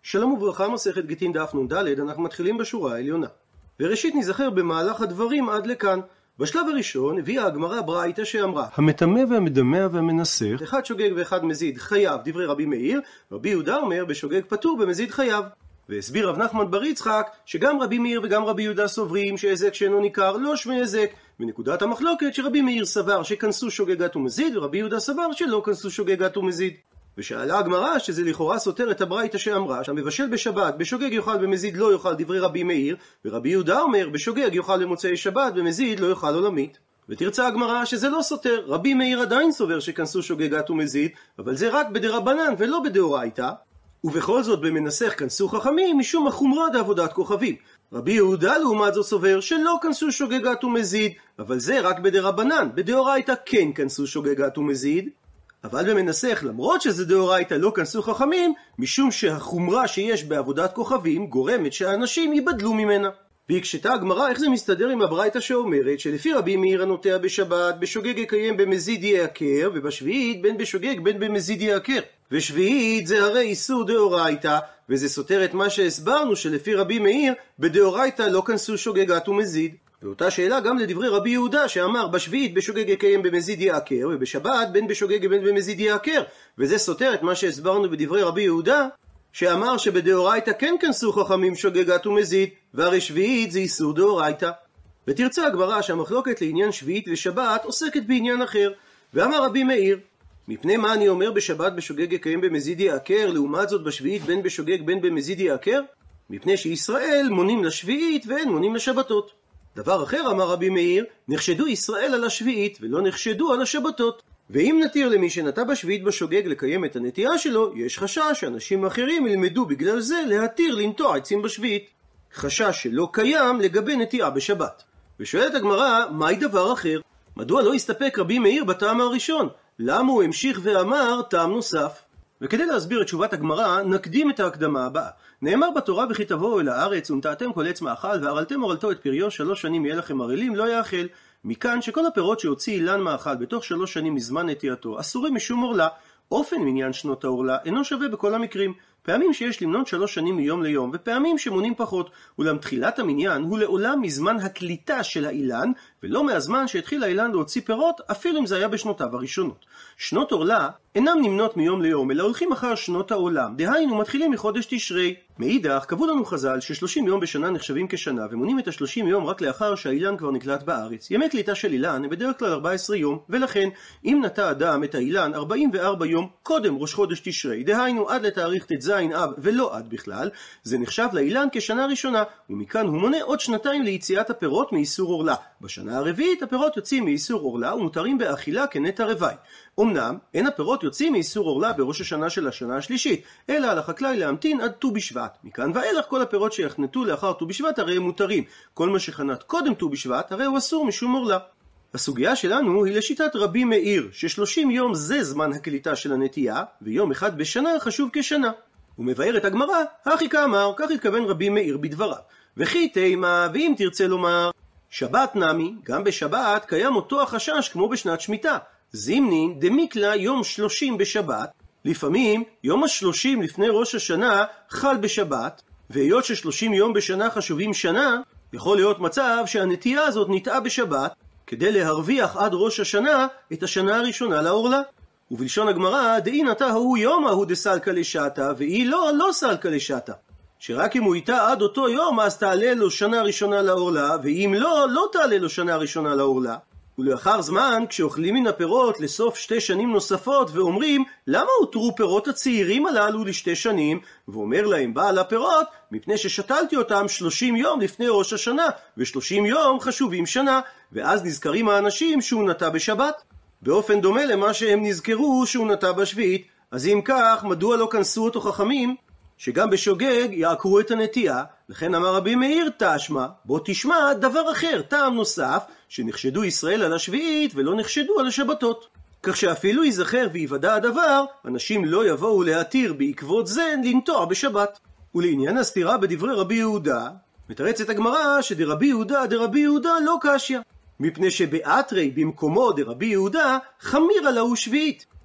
שלום וברכה, מסכת גיטין דף נ"ד, אנחנו מתחילים בשורה העליונה. וראשית נזכר במהלך הדברים עד לכאן. בשלב הראשון הביאה הגמרא ברייתא שאמרה, המטמא והמדמע והמנסך, אחד שוגג ואחד מזיד חייב, דברי רבי מאיר. רבי יהודה אומר בשוגג פטור במזיד חייב. והסביר רב נחמן בר יצחק שגם רבי מאיר וגם רבי יהודה סוברים שהזק שאינו ניכר לא שמי הזק. ונקודת המחלוקת שרבי מאיר סבר שכנסו שוגגת ומזיד, ורבי יהודה סבר שלא כנסו שוגגת ומזיד. ושאלה הגמרא שזה לכאורה סותר את הברייתא שאמרה שהמבשל בשבת בשוגג יאכל במזיד לא יאכל, דברי רבי מאיר, ורבי יהודה אומר בשוגג יאכל במוצאי שבת במזיד לא יאכל עולמית. ותרצה הגמרא שזה לא סותר, רבי מאיר עדיין סובר שכנסו שוגגת ומזיד, אבל זה רק בדרבנן ולא בדאורייתא. ובכל זאת במנסך כנסו חכמים משום החומרה דעבודת כוכבים. רבי יהודה לעומת זאת סובר שלא כנסו שוגגת ומזיד, אבל זה רק בדרבנן, בדאורייתא כן כנסו שוגגת ומזיד. אבל במנסך, למרות שזה דאורייתא לא כנסו חכמים, משום שהחומרה שיש בעבודת כוכבים גורמת שהאנשים ייבדלו ממנה. והקשתה הגמרא איך זה מסתדר עם הברייתא שאומרת שלפי רבי מאיר הנוטע בשבת בשוגג יקיים במזיד יעקר, ובשביעית בין בשוגג בין במזיד יעקר. ושביעית זה הרי איסור דאורייתא, וזה סותר את מה שהסברנו שלפי רבי מאיר בדאורייתא לא כנסו שוגגת ומזיד. ואותה שאלה גם לדברי רבי יהודה שאמר בשביעית בשוגג יקיים במזיד יעקר, ובשבת בין בשוגג בין במזיד יעקר, וזה סותר את מה שהסברנו בדברי רבי יהודה שאמר שבדאורייתא כן כנסו חכמים שוגגת ומזיד, והרי שביעית זה איסור דאורייתא. ותרצה הגמרא שהמחלוקת לעניין שביעית ושבת עוסקת בעניין אחר. ואמר רבי מאיר, מפני מה אני אומר בשבת בשוגג יקיים במזיד יעקר, לעומת זאת בשביעית בין בשוגג בין במזיד יעקר? מפני שישראל מונים לשביעית ואין מונים לשבתות. דבר אחר אמר רבי מאיר, נחשדו ישראל על השביעית ולא נחשדו על השבתות. ואם נתיר למי שנטע בשביעית בשוגג לקיים את הנטייה שלו, יש חשש שאנשים אחרים ילמדו בגלל זה להתיר לנטוע עצים בשביעית. חשש שלא קיים לגבי נטיעה בשבת. ושואלת הגמרא, מהי דבר אחר? מדוע לא הסתפק רבי מאיר בטעם הראשון? למה הוא המשיך ואמר טעם נוסף? וכדי להסביר את תשובת הגמרא, נקדים את ההקדמה הבאה. נאמר בתורה וכי תבואו אל הארץ ונטעתם כל עץ מאכל וארלתם אורלתו את פריו 3 שנים יהיה לכם ערלים לא יאכל. מכאן שכל הפירות שהוציא אילן מאכל בתוך 3 שנים מזמן נטיעתו אסורים משום עורלה. אופן מניין שנות העורלה אינו שווה בכל המקרים. פעמים שיש למנות 3 שנים מיום ליום ופעמים שמונים פחות. אולם תחילת המניין הוא לעולם מזמן הקליטה של האילן ולא מהזמן שהתחיל האילן להוציא פירות אפילו אם זה היה בשנותיו הראשונות. שנות עורלה אינם נמנות מיום ליום אלא הולכים אחר שנות העולם, דהיינו מתחילים מחודש תשרי. מאידך קבעו לנו חז"ל ש30 יום בשנה נחשבים כשנה ומונים את ה30 יום רק לאחר שהאילן כבר נקלט בארץ. ימי קליטה של אילן הם בדרך כלל 14 יום, ולכן אם נטע אדם את האילן 44 יום קודם ראש חודש תשרי, דהיינו עד לתאריך ט"ז אב ולא עד בכלל, זה נחשב לאילן כשנה ראשונה, ומכאן הוא מונה עוד 2 ליציאת הפירות מאיסור עורלה. בשנה הרביעית הפירות יוצאים מאיסור עורלה ומותרים באכילה כנטע רווי. אמנם אין הפירות יוצאים מאיסור עורלה בראש השנה של השנה השלישית, אלא על החקלאי להמתין עד ט"ו בשבט. מכאן ואילך כל הפירות שיחנתו לאחר ט"ו בשבט הרי הם מותרים. כל מה שחנת קודם ט"ו בשבט הרי הוא אסור משום עורלה. הסוגיה שלנו היא לשיטת רבי מאיר, ש30 יום זה זמן הקליטה של הנטייה, ויום אחד בשנה חשוב כשנה. הוא מבאר את הגמרא, הכי כאמר, כך התכוון רבי מאיר בדבריו. וכי תימה, ואם תרצה לומר, שבת נמי, גם בשבת קיים אותו החשש כמו בשנת שמיטה. זימנין דמיקלה יום 30 בשבת, לפעמים יום ה-30 לפני ראש השנה חל בשבת, והיות ש30 יום בשנה חשובים שנה, יכול להיות מצב שהנטייה הזאת נטעה בשבת, כדי להרוויח עד ראש השנה את השנה הראשונה לעורלה. ובלשון הגמרא, דאי נטע ההוא יום ההוא דסלקא לשעתה, ואי לא סלקא לשעתה. שרק אם הוא איתה עד אותו יום, אז תעלה לו שנה ראשונה לעורלה, ואם לא תעלה לו שנה ראשונה לעורלה. ולאחר זמן, כשאוכלים מן הפירות לסוף 2 שנים נוספות, ואומרים, למה הותרו פירות הצעירים הללו ל2 שנים? ואומר להם בעל הפירות, מפני ששתלתי אותם 30 יום לפני ראש השנה, ו30 יום חשובים שנה, ואז נזכרים האנשים שהוא נטע בשבת. באופן דומה למה שהם נזכרו שהוא נטע בשביעית. אז אם כך, מדוע לא כנסו אותו חכמים? שגם בשוגג יעקרו את הנטייה. לכן אמר רבי מאיר תשמע, בוא תשמע דבר אחר, טעם נוסף, שנחשדו ישראל על השביעית ולא נחשדו על השבתות. כך שאפילו ייזכר ויוודע הדבר, אנשים לא יבואו להתיר בעקבות זה לנטוע בשבת. ולעניין הסתירה בדברי רבי יהודה, מתרצת הגמרא שדרבי יהודה לא קשיא. מפני שבאתרי במקומו דרבי יהודה חמיר עליו שביעית.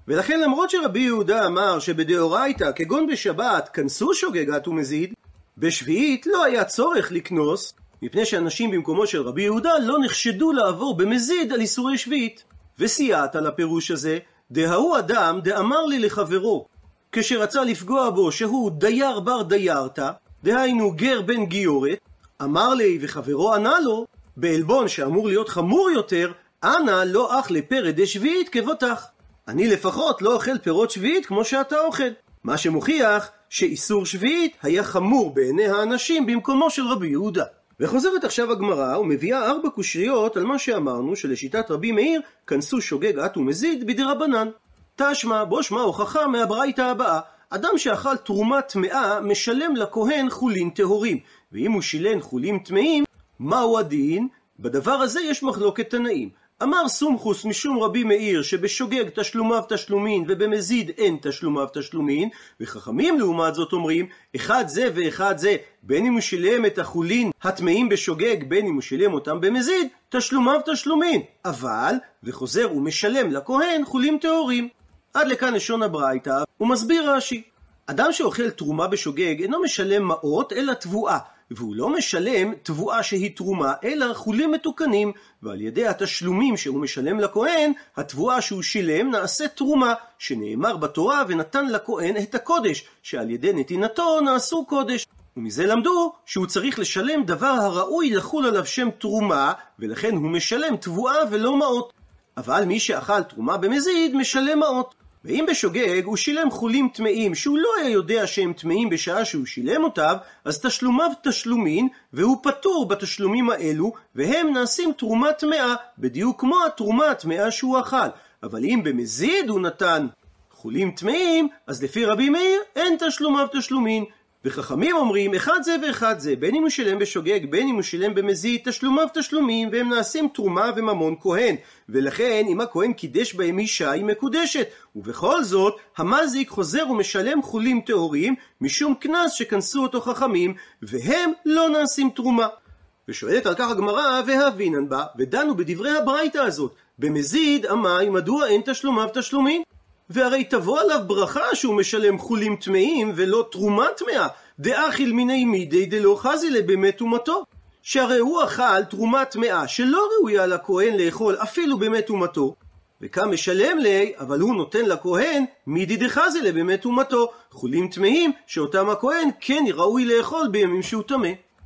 ולכן למרות שרבי יהודה אמר שבדאורייתא כגון בשבת כנסו שוגג ומזיד, בשביעית לא היה צורך לקנוס, מפני שאנשים במקומו של רבי יהודה לא נחשדו לעבור במזיד על איסורי שביעית. וסייעת על הפירוש הזה, דהוא אדם דאמר לי לחברו, כשרצה לפגוע בו שהוא דייר בר דיירתא, דהיינו גר בן גיורת, אמר לי וחברו ענה לו, בעלבון שאמור להיות חמור יותר, אנא לא אך לפרא דשביעית כבותך. אני לפחות לא אוכל פירות שביעית כמו שאתה אוכל. מה שמוכיח שאיסור שביעית היה חמור בעיני האנשים במקומו של רבי יהודה. וחוזרת עכשיו הגמרא ומביאה 4 קושיות על מה שאמרנו שלשיטת רבי מאיר כנסו שוגג ומזיד בדרבנן. תשמע בו שמע הוכחה מהברייתא הבאה, אדם שאכל תרומה טמאה משלם לכהן חולין טהורים, ואם הוא שילם חולים טמאים, מהו הדין? בדבר הזה יש מחלוקת תנאים. אמר סומכוס משום רבי מאיר שבשוגג תשלומיו תשלומין ובמזיד אין תשלומיו תשלומין, וחכמים לעומת זאת אומרים אחד זה ואחד זה, בין אם הוא שילם את החולין הטמאים בשוגג בין אם הוא שילם אותם במזיד, תשלומיו תשלומין, אבל וחוזר ומשלם לכהן חולים טהורים. עד לכאן לשון הברייתא. ומסביר רש"י, אדם שאוכל תרומה בשוגג אינו משלם מעות אלא תבואה, והוא לא משלם תבואה שהיא תרומה, אלא חולים מתוקנים, ועל ידי התשלומים שהוא משלם לכהן, התבואה שהוא שילם נעשה תרומה, שנאמר בתורה ונתן לכהן את הקודש, שעל ידי נתינתו נעשו קודש. ומזה למדו שהוא צריך לשלם דבר הראוי לחול עליו שם תרומה, ולכן הוא משלם תבואה ולא מעות. אבל מי שאכל תרומה במזיד משלם מעות. ואם בשוגג הוא שילם חולים טמאים שהוא לא היה יודע שהם טמאים בשעה שהוא שילם אותם, אז תשלומיו תשלומין, והוא פטור בתשלומים האלו, והם נעשים תרומה טמאה, בדיוק כמו התרומה הטמאה שהוא אכל. אבל אם במזיד הוא נתן חולים טמאים, אז לפי רבי מאיר אין תשלומיו תשלומין. וחכמים אומרים אחד זה ואחד זה, בין אם הוא שילם בשוגג בין אם הוא שילם במזיד, תשלומיו תשלומים, והם נעשים תרומה וממון כהן, ולכן אם הכהן קידש בהם אישה היא מקודשת. ובכל זאת המזיק חוזר ומשלם חולים טהורים משום קנס שכנסו אותו חכמים, והם לא נעשים תרומה. ושואלת על כך הגמרא והבינן בה, ודנו בדברי הברייתא הזאת, במזיד אמי מדוע אין תשלומיו תשלומין? והרי תבוא עליו ברכה שהוא משלם חולים טמאים ולא תרומה טמאה, דאכיל מיני מידי דלא חזילה באמת טומאתו, שהרי הוא אכל תרומה טמאה שלא ראויה לכהן לאכול אפילו באמת טומאתו, וכאן משלם לי, אבל הוא נותן לכהן מידי דחזילה באמת טומאתו, חולים טמאים שאותם הכהן כן ראוי לאכול בימים שהוא טמא.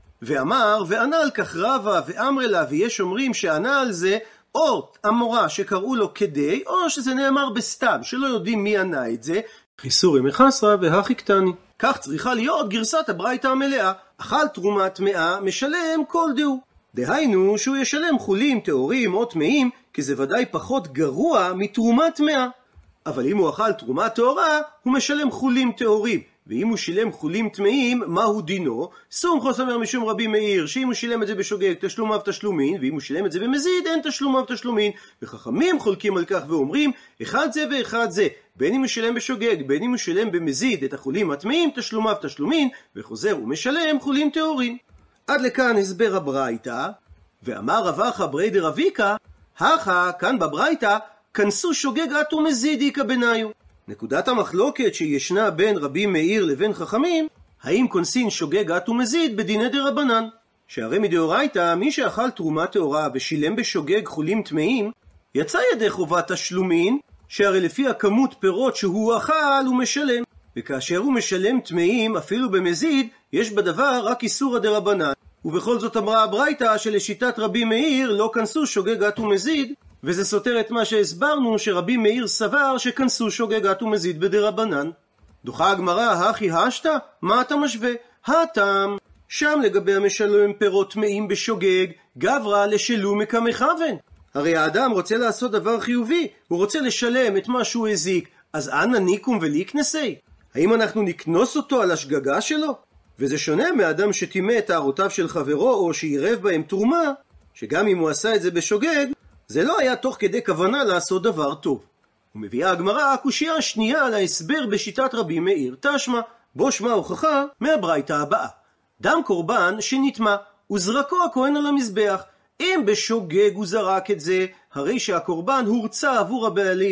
ואמר וענה על כך רבא ואמר לה, ויש אומרים שענה על זה או המורה שקראו לו כדי, או שזה נאמר בסתם, שלא יודעים מי ענה את זה, חיסורי מחסרה והכי קטני. כך צריכה להיות גרסת הברייתא המלאה, אכל תרומה טמאה משלם כל דהו. דהיינו שהוא ישלם חולים טהורים או טמאים, כי זה ודאי פחות גרוע מתרומה טמאה. אבל אם הוא אכל תרומה טהורה, הוא משלם חולים טהורים. ואם הוא שילם חולים טמאים, מהו דינו? סומכוס אומר משום רבי מאיר, שאם הוא שילם את זה בשוגג תשלומיו תשלומין, ואם הוא שילם את זה במזיד אין תשלומיו תשלומין. וחכמים חולקים על כך ואומרים, אחד זה ואחד זה, בין אם הוא שילם בשוגג, בין אם הוא שילם במזיד את החולים הטמאים, תשלומיו תשלומין, וחוזר ומשלם חולים טהורים. עד לכאן הסבר הברייתא. ואמר רב אחא ברי דרביקה, הכא כאן בברייתא, כנסו שוגג ומזיד איכא בניו. נקודת המחלוקת שישנה בין רבי מאיר לבין חכמים, האם כונסין שוגג ומזיד בדיני דרבנן. שהרי מדאורייתא מי שאכל תרומה טהורה ושילם בשוגג חולים טמאים, יצא ידי חובת תשלומין, שהרי לפי הכמות פירות שהוא אכל הוא משלם. וכאשר הוא משלם טמאים אפילו במזיד, יש בדבר רק איסורא דרבנן. ובכל זאת אמרה הברייתא שלשיטת רבי מאיר לא כנסו שוגג ומזיד, וזה סותר את מה שהסברנו שרבי מאיר סבר שכנסו שוגג ומזיד בדרבנן. דוחה הגמרא, הכי השתא? מה אתה משווה? הטעם שם לגבי המשלם פירות טמאים בשוגג, גברא לשלום כמכוון. הרי האדם רוצה לעשות דבר חיובי, הוא רוצה לשלם את מה שהוא הזיק, אז אנא ניקום וליקנסי? האם אנחנו נקנוס אותו על השגגה שלו? וזה שונה מאדם שטימא את טהרותיו של חברו או שעירב בהם תרומה, שגם אם הוא עשה את זה בשוגג, זה לא היה תוך כדי כוונה לעשות דבר טוב. ומביאה הגמרא הקושיה השנייה על ההסבר בשיטת רבי מאיר, תשמע בו שמע הוכחה מהברייתא הבאה. דם קורבן שנטמא וזרקו הכהן על המזבח, אם בשוגג הוא זרק את זה, הרי שהקורבן הורצה עבור הבעלים,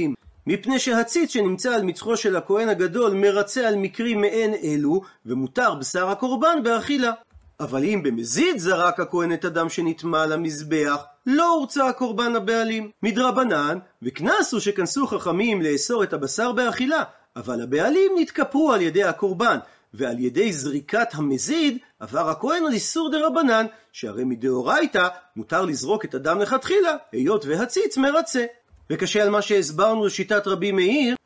מפני שהציץ שנמצא על מצחו של הכהן הגדול מרצה על מקרים מעין אלו, ומותר בשר הקורבן באכילה. אבל אם במזיד זרק הכהן את הדם שנטמא על המזבח, לא הורצה הקורבן הבעלים. מדרבנן, וכנסו שכנסו חכמים לאסור את הבשר באכילה, אבל הבעלים נתכפרו על ידי הקורבן, ועל ידי זריקת המזיד עבר הכהן על איסור דרבנן, שהרי מדאורייתא מותר לזרוק את הדם לכתחילה, היות והציץ מרצה. וקשה על מה שהסברנו לשיטת רבי מאיר,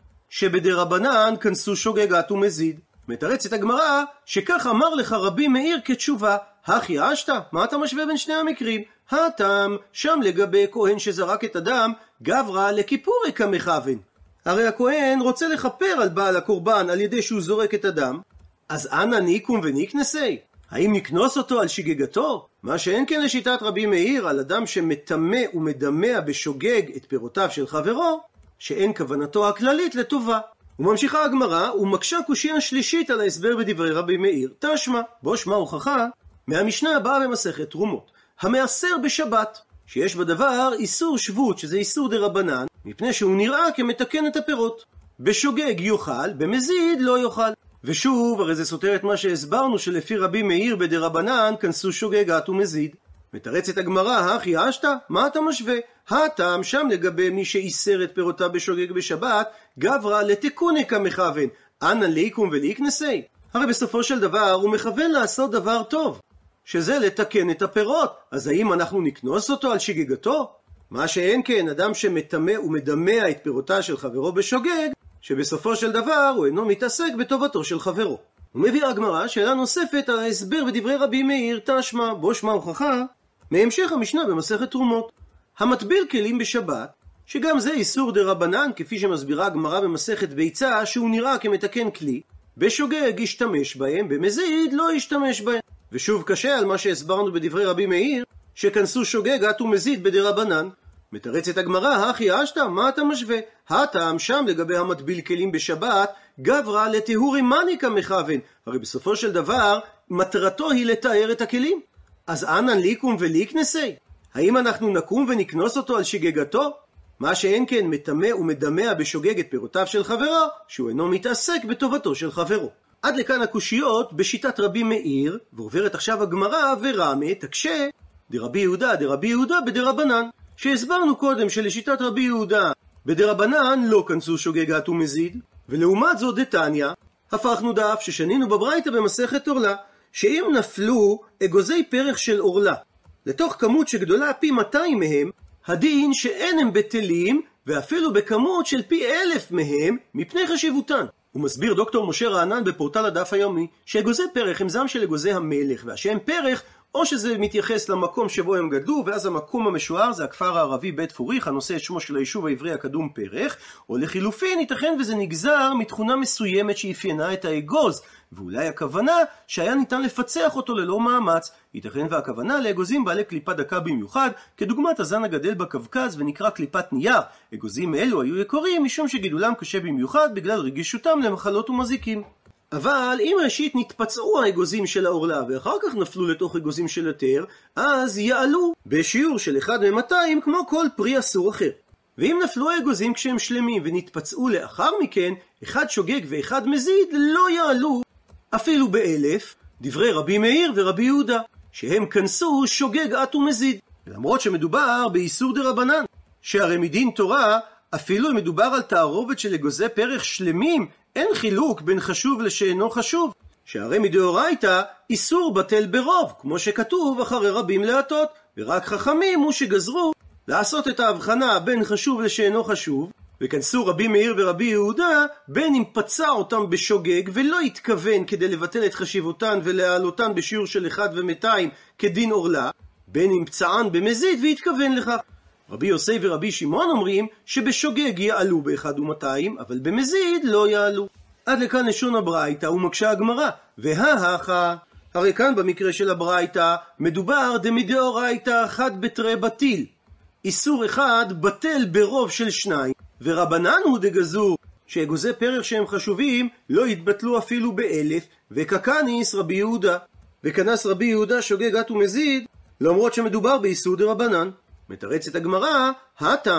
שבדרבנן כנסו שוגגת ומזיד. מתרצת הגמרא שכך אמר לך רבי מאיר כתשובה, הכי אשתא, מה אתה משווה בין שני המקרים? הטעם, שם לגבי כהן שזרק את הדם, גברא לכיפורי כמכוון. הרי הכהן רוצה לכפר על בעל הקורבן על ידי שהוא זורק את הדם, אז אנא ניקום וניקנסי? האם נקנוס אותו על שגגתו? מה שאין כן לשיטת רבי מאיר על אדם שמטמא ומדמע בשוגג את פירותיו של חברו, שאין כוונתו הכללית לטובה. וממשיכה הגמרא ומקשה קושיה שלישית על ההסבר בדברי רבי מאיר, תשמע, בו שמה הוכחה מהמשנה הבאה במסכת תרומות, המאסר בשבת, שיש בדבר איסור שבות, שזה איסור דרבנן, מפני שהוא נראה כמתקן את הפירות. בשוגג יאכל, במזיד לא יאכל. ושוב, הרי זה סותר את מה שהסברנו שלפי רבי מאיר בדרבנן כנסו שוגגת ומזיד. מתרצת הגמרא, הכי אשתא, מה אתה משווה? הטעם, שם לגבי מי שאיסר את פירותיו בשוגג בשבת, גברא לתיקוני כמכוון, אנא ליקום וליקנסי? הרי בסופו של דבר הוא מכוון לעשות דבר טוב, שזה לתקן את הפירות. אז האם אנחנו נקנוס אותו על שגגתו? מה שאין כן, אדם שמטמא ומדמע את פירותיו של חברו בשוגג, שבסופו של דבר הוא אינו מתעסק בטובתו של חברו. הוא מביא הגמרא שאלה נוספת על ההסבר בדברי רבי מאיר, תשמע, בו שמה הוכחה מהמשך המשנה במסכת תרומות, המטביל כלים בשבת, שגם זה איסור דרבנן, כפי שמסבירה הגמרא במסכת ביצה, שהוא נראה כמתקן כלי, בשוגג ישתמש בהם, במזיד לא ישתמש בהם. ושוב קשה על מה שהסברנו בדברי רבי מאיר, שכנסו שוגגת ומזיד בדרבנן. מתרצת הגמרא, הכי אשתא, מה אתה משווה? הטעם, שם לגבי המטביל כלים בשבת, גברא לטהורי מאני כמכוון. הרי בסופו של דבר מטרתו היא לתאר את הכלים. אז אנא ליקום וליקנסי? האם אנחנו נקום ונקנוס אותו על שגגתו? מה שאין כן, מטמא ומדמע בשוגג את פירותיו של חברו, שהוא אינו מתעסק בטובתו של חברו. עד לכאן הקושיות בשיטת רבי מאיר, ועוברת עכשיו הגמרא ורמה תקשה דרבי יהודה בדרבנן, שהסברנו קודם שלשיטת רבי יהודה בדרבנן לא כנסו שוגגת ומזיד, ולעומת זאת דתניא הפכנו דף ששנינו בברייתא במסכת עורלה, שאם נפלו אגוזי פרח של עורלה לתוך כמות שגדולה פי 200 מהם, הדין שאין הם בטלים, ואפילו בכמות של פי 1000 מהם, מפני חשיבותן. הוא מסביר דוקטור משה רענן בפורטל הדף היומי, שאגוזי פרח הם זעם של אגוזי המלך, והשם פרח או שזה מתייחס למקום שבו הם גדלו, ואז המקום המשוער זה הכפר הערבי בית פוריך, הנושא את שמו של היישוב העברי הקדום פרח, או לחילופין ייתכן וזה נגזר מתכונה מסוימת שאפיינה את האגוז, ואולי הכוונה שהיה ניתן לפצח אותו ללא מאמץ. ייתכן והכוונה לאגוזים בעלי קליפה דקה במיוחד, כדוגמת הזן הגדל בקווקז ונקרא קליפת נייר. אגוזים אלו היו יקרים משום שגידולם קשה במיוחד בגלל רגישותם למחלות ומזיקים. אבל אם ראשית נתפצעו האגוזים של העורלה ואחר כך נפלו לתוך אגוזים של יותר, אז יעלו בשיעור של 1 מ-200 כמו כל פרי אסור אחר. ואם נפלו האגוזים כשהם שלמים ונתפצעו לאחר מכן, אחד שוגג ואחד מזיד לא יעלו אפילו ב1000, דברי רבי מאיר ורבי יהודה, שהם כנסו שוגג את ומזיד, למרות שמדובר באיסור דרבנן, שהרי מדין תורה אפילו אם מדובר על תערובת של אגוזי פרח שלמים, אין חילוק בין חשוב לשאינו חשוב, שהרי מדאורייתא איסור בטל ברוב, כמו שכתוב אחרי רבים להטות, ורק חכמים הוא שגזרו לעשות את ההבחנה בין חשוב לשאינו חשוב, וכנסו רבי מאיר ורבי יהודה בין אם פצע אותם בשוגג ולא התכוון כדי לבטל את חשיבותן ולהעלותן בשיעור של 1 ו-200 כדין עורלה, בין אם פצען במזיד והתכוון לכך. רבי יוסי ורבי שמעון אומרים שבשוגג יעלו ב1 ו-200, אבל במזיד לא יעלו. עד לכאן לשון הברייתא ומקשה הגמרא, וההכה, הרי כאן במקרה של הברייתא מדובר דמדאורייתא אחד בתרי בטיל, איסור אחד בטל ברוב של 2, ורבנן הוא דגזור שאגוזי פרח שהם חשובים לא יתבטלו אפילו ב1000, וככניס רבי יהודה, וכנס רבי יהודה שוגג את ומזיד למרות שמדובר באיסור דרבנן. מתרצת הגמרא, הטעם,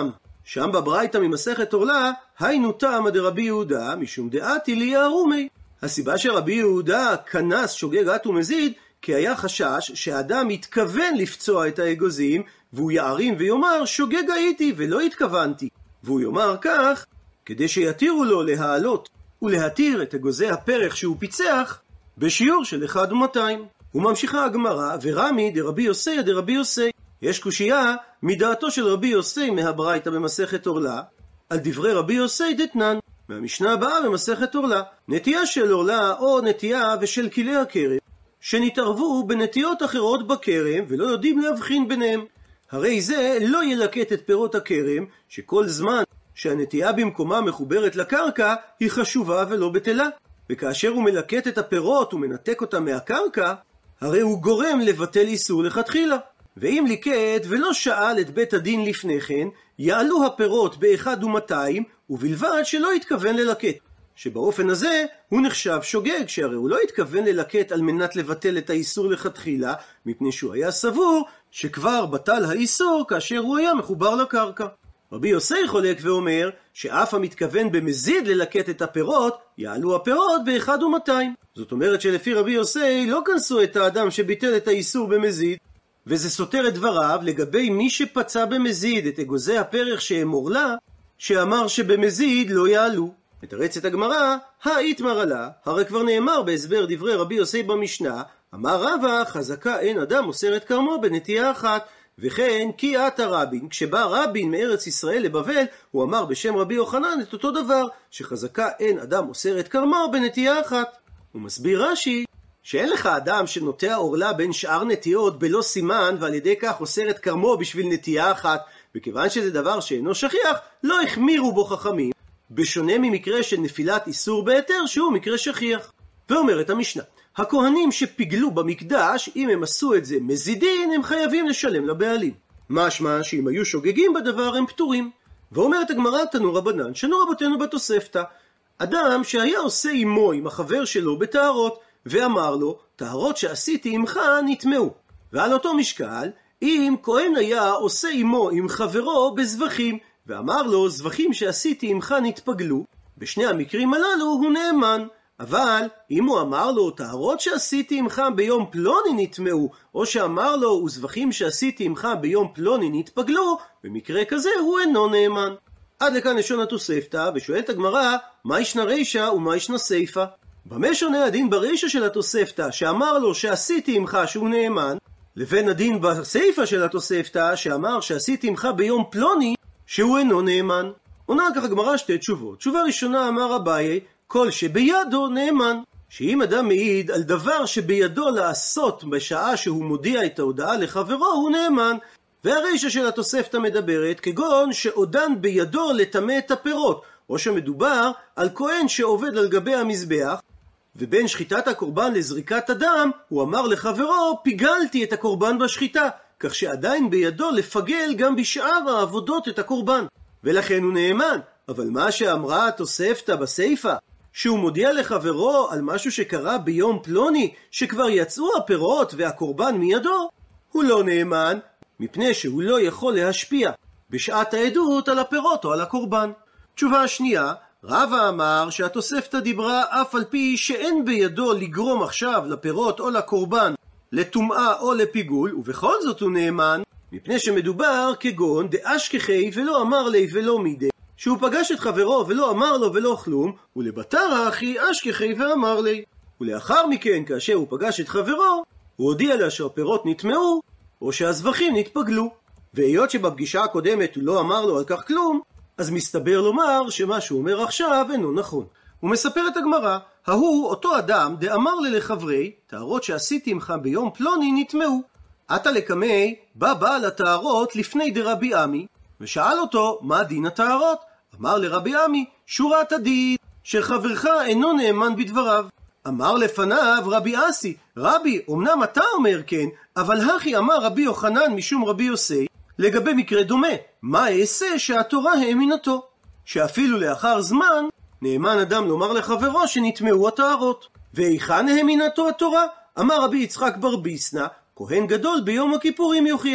שם בברייתא ממסכת עורלה, היינו טעמא דרבי יהודה, משום דעתי לי יערומי. הסיבה שרבי יהודה כנס שוגג אט ומזיד, כי היה חשש שהאדם מתכוון לפצוע את האגוזים, והוא יערים ויאמר שוגג הייתי ולא התכוונתי. והוא יאמר כך, כדי שיתירו לו להעלות ולהתיר את אגוזי הפרח שהוא פיצח, בשיעור של 1:200. וממשיכה הגמרא, ורמי דרבי יוסי דרבי יוסי. יש קושייה מדעתו של רבי יוסי מהברייתא במסכת עורלה, על דברי רבי יוסי דתנן, מהמשנה הבאה במסכת עורלה, נטייה של עורלה או נטייה ושל כלי הכרם, שנתערבו בנטיות אחרות בכרם ולא יודעים להבחין ביניהם. הרי זה לא ילקט את פירות הכרם, שכל זמן שהנטייה במקומה מחוברת לקרקע היא חשובה ולא בטלה. וכאשר הוא מלקט את הפירות ומנתק אותם מהקרקע, הרי הוא גורם לבטל איסור לכתחילה. ואם ליקט ולא שאל את בית הדין לפני כן, יעלו הפירות ב1:200, ובלבד שלא התכוון ללקט. שבאופן הזה הוא נחשב שוגג, שהרי הוא לא התכוון ללקט על מנת לבטל את האיסור לכתחילה, מפני שהוא היה סבור שכבר בטל האיסור כאשר הוא היה מחובר לקרקע. רבי יוסי חולק ואומר שאף המתכוון במזיד ללקט את הפירות, יעלו הפירות ב1:200. זאת אומרת שלפי רבי יוסי לא כנסו את האדם שביטל את האיסור במזיד, וזה סותר את דבריו לגבי מי שפצע במזיד את אגוזי הפרח שהם עורלה, שאמר שבמזיד לא יעלו. מתרצת הגמרא, האיתמר עלה, הרי כבר נאמר בהסבר דברי רבי יוסי במשנה, אמר רבא, חזקה אין אדם אוסר את כרמו בנטייה אחת. וכן כי עתה רבין, כשבא רבין מארץ ישראל לבבל, הוא אמר בשם רבי יוחנן את אותו דבר, שחזקה אין אדם אוסר את כרמו בנטייה אחת. הוא מסביר רש"י שאין לך אדם שנוטע עורלה בין שאר נטיות בלא סימן, ועל ידי כך אוסר את כרמו בשביל נטייה אחת, וכיוון שזה דבר שאינו שכיח, לא החמירו בו חכמים, בשונה ממקרה של נפילת איסור בהיתר שהוא מקרה שכיח. ואומרת המשנה, הכהנים שפיגלו במקדש, אם הם עשו את זה מזידין, הם חייבים לשלם לבעלים. משמע שאם היו שוגגים בדבר הם פטורים. ואומרת הגמרא, תנו רבנן, שנו רבותינו בתוספתא, אדם שהיה עושה עמו עם החבר שלו בטהרות, ואמר לו, טהרות שעשיתי עמך נטמעו. ועל אותו משקל, אם כהן היה עושה עמו עם חברו בזבחים, ואמר לו, זבחים שעשיתי עמך נתפגלו, בשני המקרים הללו הוא נאמן. אבל אם הוא אמר לו, טהרות שעשיתי עמך ביום פלוני נטמעו, או שאמר לו, וזבחים שעשיתי עמך ביום פלוני נתפגלו, במקרה כזה הוא אינו נאמן. עד לכאן לשון התוספתא, ושואלת הגמרא, מה ישנה רישא ומה ישנה סיפא? במה שונה הדין ברישא של התוספתא, שאמר לו שעשיתי עמך שהוא נאמן, לבין הדין בסיפא של התוספתא, שאמר שעשיתי עמך ביום פלוני, שהוא אינו נאמן? עונה כך הגמרא שתי תשובות. תשובה ראשונה, אמר אביי, כל שבידו נאמן, שאם אדם מעיד על דבר שבידו לעשות בשעה שהוא מודיע את ההודעה לחברו, הוא נאמן. והרישא של התוספתא מדברת כגון שעודן בידו לטמא את הפירות, או שמדובר על כהן שעובד על גבי המזבח, ובין שחיטת הקורבן לזריקת הדם, הוא אמר לחברו, פיגלתי את הקורבן בשחיטה, כך שעדיין בידו לפגל גם בשאר העבודות את הקורבן, ולכן הוא נאמן. אבל מה שאמרה התוספתא בסיפא, שהוא מודיע לחברו על משהו שקרה ביום פלוני, שכבר יצאו הפירות והקורבן מידו, הוא לא נאמן, מפני שהוא לא יכול להשפיע בשעת העדות על הפירות או על הקורבן. תשובה השנייה, רבא אמר שהתוספתא דיברה אף על פי שאין בידו לגרום עכשיו לפירות או לקורבן לטומאה או לפיגול, ובכל זאת הוא נאמן, מפני שמדובר כגון דאשכחי ולא אמר לי ולא מידי, שהוא פגש את חברו ולא אמר לו ולא כלום, ולבטרה אחי אשכחי ואמר לי. ולאחר מכן, כאשר הוא פגש את חברו, הוא הודיע לה שהפירות נטמעו, או שהזבחים נתפגלו. והיות שבפגישה הקודמת הוא לא אמר לו על כך כלום, אז מסתבר לומר שמה שהוא אומר עכשיו אינו נכון. הוא מספר את הגמרא, ההוא אותו אדם דאמר לי לחברי, טהרות שעשיתי עמך ביום פלוני נטמעו. עתה לקמי, בא בעל הטהרות לפני דרבי עמי, ושאל אותו מה דין הטהרות. אמר לרבי עמי, שורת הדין שחברך אינו נאמן בדבריו. אמר לפניו רבי אסי, רבי, אמנם אתה אומר כן, אבל הכי אמר רבי יוחנן משום רבי יוסי, לגבי מקרה דומה, מה אעשה שהתורה האמינתו? שאפילו לאחר זמן, נאמן אדם לומר לחברו שנטמעו הטהרות. והיכן האמינתו התורה? אמר רבי יצחק בר ביסנא, כהן גדול ביום הכיפורים יוכיח.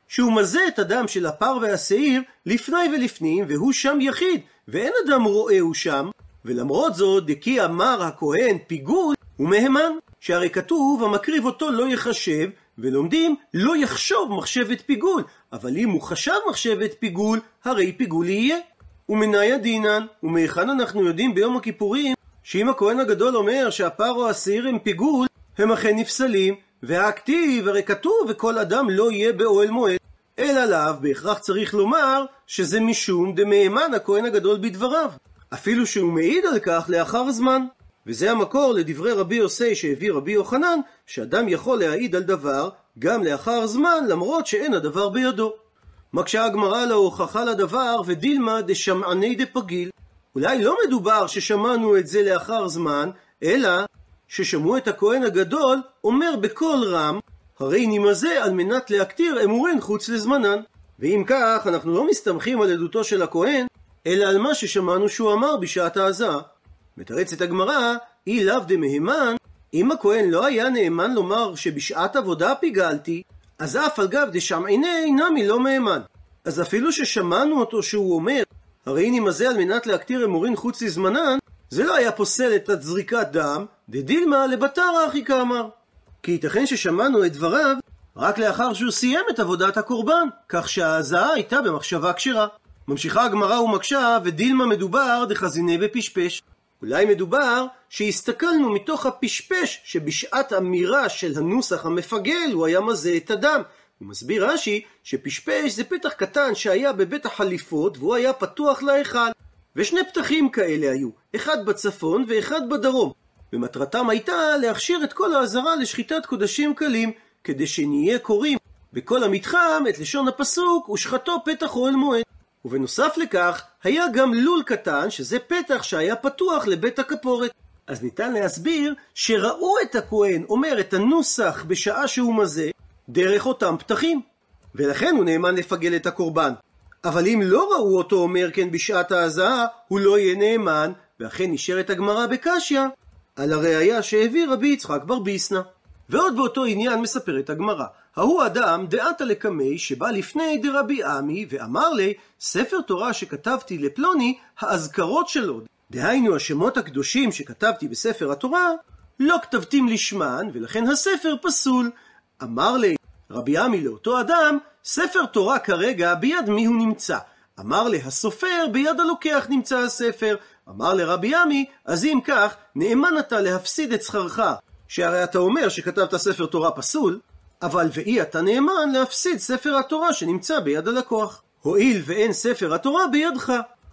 שהוא מזה את הדם של הפר והשעיר לפני ולפנים, והוא שם יחיד, ואין אדם רואהו שם, ולמרות זאת דקי אמר הכהן פיגול ומהימן, שהרי כתוב המקריב אותו לא יחשב, ולומדים לא יחשוב מחשבת פיגול, אבל אם הוא חשב מחשבת פיגול, הרי פיגול יהיה. ומניה דינן, ומהיכן אנחנו יודעים ביום הכיפורים, שאם הכהן הגדול אומר שהפר או השעיר הם פיגול, הם אכן נפסלים, והכתיב הרי כתוב וכל אדם לא יהיה באוהל מועד, אלא עליו בהכרח צריך לומר שזה משום דמהימן הכהן הגדול בדבריו, אפילו שהוא מעיד על כך לאחר זמן. וזה המקור לדברי רבי יוסי שהביא רבי יוחנן, שאדם יכול להעיד על דבר גם לאחר זמן למרות שאין הדבר בידו. מקשה הגמרא להוכחה לדבר ודילמה דשמעני דפגיל. אולי לא מדובר ששמענו את זה לאחר זמן, אלא ששמעו את הכהן הגדול אומר בקול רם, הרי נמזה על מנת להקטיר אמורין חוץ לזמנן. ואם כך אנחנו לא מסתמכים על עדותו של הכהן, אלא על מה ששמענו שהוא אמר בשעת ההזעה. מתרצת הגמרא, אי לאו דמהימן, אם הכהן לא היה נאמן לומר שבשעת עבודה פיגלתי, אז אף על גב דשמעני נמי לא מהימן. אז אפילו ששמענו אותו שהוא אומר, הרי נמזה על מנת להקטיר אמורין חוץ לזמנן, זה לא היה פוסל את זריקת דם, דדילמה לבטרה אחי כאמר. כי ייתכן ששמענו את דבריו רק לאחר שהוא סיים את עבודת הקורבן, כך שההזעה הייתה במחשבה כשרה. ממשיכה הגמרא ומקשה, ודילמה מדובר דחזיני בפשפש. אולי מדובר שהסתכלנו מתוך הפשפש שבשעת אמירה של הנוסח המפגל הוא היה מזה את הדם. הוא מסביר רש"י שפשפש זה פתח קטן שהיה בבית החליפות והוא היה פתוח להיכל, ושני פתחים כאלה היו, אחד בצפון ואחד בדרום, ומטרתם הייתה להכשיר את כל העזרה לשחיטת קודשים קלים, כדי שנהיה קוראים בכל המתחם את לשון הפסוק ושחטו פתח אוהל מועד. ובנוסף לכך היה גם לול קטן שזה פתח שהיה פתוח לבית הכפורת. אז ניתן להסביר שראו את הכהן אומר את הנוסח בשעה שהוא מזה דרך אותם פתחים, ולכן הוא נאמן לפגל את הקורבן. אבל אם לא ראו אותו אומר כן בשעת ההזעה, הוא לא יהיה נאמן, ואכן נשארת הגמרא בקשיא על הראיה שהביא רבי יצחק בר ביסנא. ועוד באותו עניין מספרת הגמרא, ההוא אדם דעתה לקמי שבא לפני דרבי עמי ואמר לי, ספר תורה שכתבתי לפלוני, האזכרות שלו, דהיינו השמות הקדושים שכתבתי בספר התורה, לא כתבתים לשמן, ולכן הספר פסול. אמר לי רבי עמי לאותו אדם, ספר תורה כרגע ביד מי הוא נמצא? אמר לי הסופר, ביד הלוקח נמצא הספר. אמר לרבי עמי, אז אם כך נאמן אתה להפסיד את שכרך, שהרי אתה אומר שכתבת ספר תורה פסול, אבל ואי אתה נאמן להפסיד ספר התורה שנמצא ביד הלקוח, הואיל ואין ספר התורה בידך.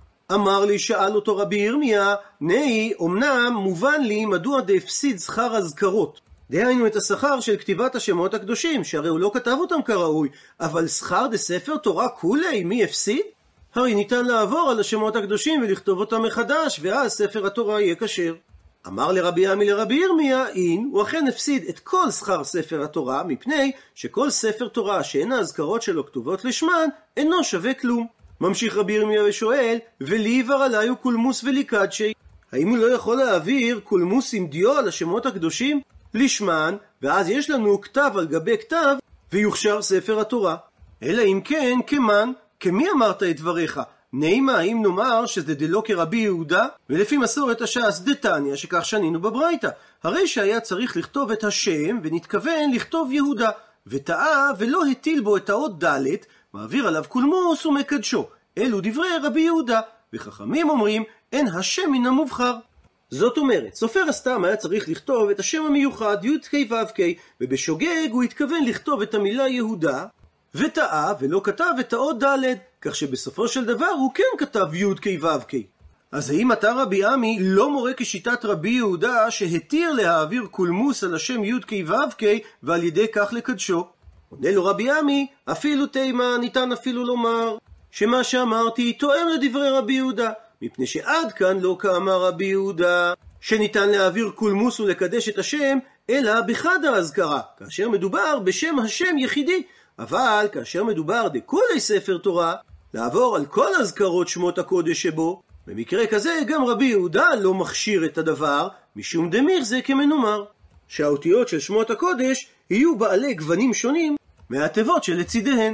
אמר לי, שאל אותו רבי ירמיה, נאי, אמנם מובן לי מדוע דהפסיד שכר הזכרות, דהיינו את השכר של כתיבת השמות הקדושים, שהרי הוא לא כתב אותם כראוי, אבל שכר דספר תורה כולי, מי הפסיד? הרי ניתן לעבור על השמות הקדושים ולכתוב אותם מחדש, ואז ספר התורה יהיה כשר. אמר לרבי עמי לרבי ירמיה, אין, הוא אכן הפסיד את כל שכר ספר התורה, מפני שכל ספר תורה שאין האזכרות שלו כתובות לשמן, אינו שווה כלום. ממשיך רבי ירמיה ושואל, וליבר עליו קולמוס וליקדשי, האם הוא לא יכול להעביר קולמוס עם דיו על השמות הקדושים לשמן, ואז יש לנו כתב על גבי כתב, ויוכשר ספר התורה? אלא אם כן, כמן, כמי אמרת את דבריך? נעימה, האם נאמר שזה דלא כרבי יהודה, ולפי מסורת הש"ס דתניא, שכך שנינו בברייתא, הרי שהיה צריך לכתוב את השם ונתכוון לכתוב יהודה, וטעה ולא הטיל בו את האות ד', מעביר עליו קולמוס ומקדשו. אלו דברי רבי יהודה, וחכמים אומרים אין השם מן המובחר. זאת אומרת, סופר הסתם היה צריך לכתוב את השם המיוחד י' כ' ו' כ', ובשוגג הוא התכוון לכתוב את המילה יהודה, וטעה ולא כתב את האות ד', כך שבסופו של דבר הוא כן כתב י' כ' ו' כ'. אז האם אתה רבי עמי לא מורה כשיטת רבי יהודה שהתיר להעביר קולמוס על השם י' כ' ו' כ' ועל ידי כך לקדשו? עונה לו רבי עמי, אפילו תימה, ניתן אפילו לומר שמה שאמרתי תואם לדברי רבי יהודה, מפני שעד כאן לא כאמר רבי יהודה שניתן להעביר קולמוס ולקדש את השם אלא בחד האזכרה, כאשר מדובר בשם השם יחידי, אבל כאשר מדובר דכולי ספר תורה, לעבור על כל הזכרות שמות הקודש שבו, במקרה כזה גם רבי יהודה לא מכשיר את הדבר, משום דמיר זה כמנומר, שהאותיות של שמות הקודש יהיו בעלי גוונים שונים מהתיבות שלצידיהן.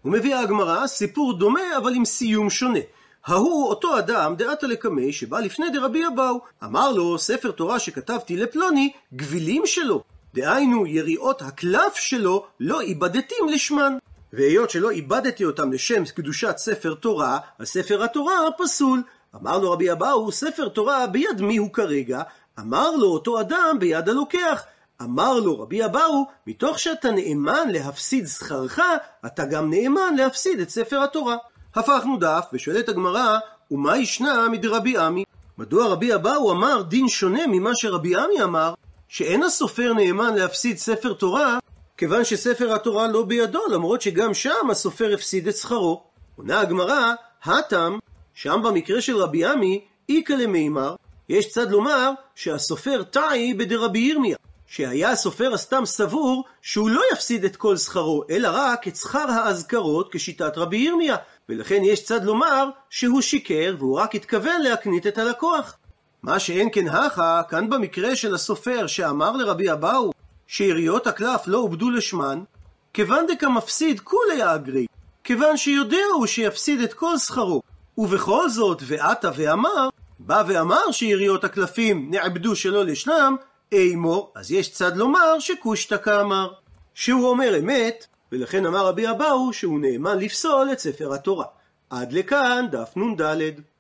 ומביאה הגמרא סיפור דומה אבל עם סיום שונה. ההוא אותו אדם דעתה לקמי שבא לפני דרבי אבאו, אמר לו ספר תורה שכתבתי לפלוני גבילים שלו, דהיינו יריעות הקלף שלו, לא איבדתים לשמן, והיות שלא איבדתי אותם לשם קדושת ספר תורה, אז ספר התורה פסול. אמר לו רבי אבאו ספר תורה ביד מי הוא כרגע? אמר לו אותו אדם ביד הלוקח. אמר לו רבי אבאו מתוך שאתה נאמן להפסיד שכרך, אתה גם נאמן להפסיד את ספר התורה. הפכנו דף ושואלת הגמרא, ומה ישנה מדרבי עמי? מדוע רבי אבאו אמר דין שונה ממה שרבי עמי אמר, שאין הסופר נאמן להפסיד ספר תורה, כיוון שספר התורה לא בידו, למרות שגם שם הסופר הפסיד את שכרו? עונה הגמרא, הטם, שם במקרה של רבי עמי, איקא למימר, יש צד לומר שהסופר טעי בדרבי ירמיה, שהיה הסופר הסתם סבור שהוא לא יפסיד את כל שכרו, אלא רק את שכר האזכרות כשיטת רבי ירמיה, ולכן יש צד לומר שהוא שיקר והוא רק התכוון להקנית את הלקוח. מה שאין כן הכה, כאן במקרה של הסופר שאמר לרבי אבאו שיריעות הקלף לא עובדו לשמן, כיוון דקה מפסיד כולי אגרי, כיוון שיודע הוא שיפסיד את כל שכרו, ובכל זאת ועתה ואמר, בא ואמר שיריעות הקלפים נעבדו שלא לשנם, אימור, אז יש צד לומר שקושטא כאמר, שהוא אומר אמת, ולכן אמר רבי אבאו שהוא נאמן לפסול את ספר התורה. עד לכאן דף נ"ד.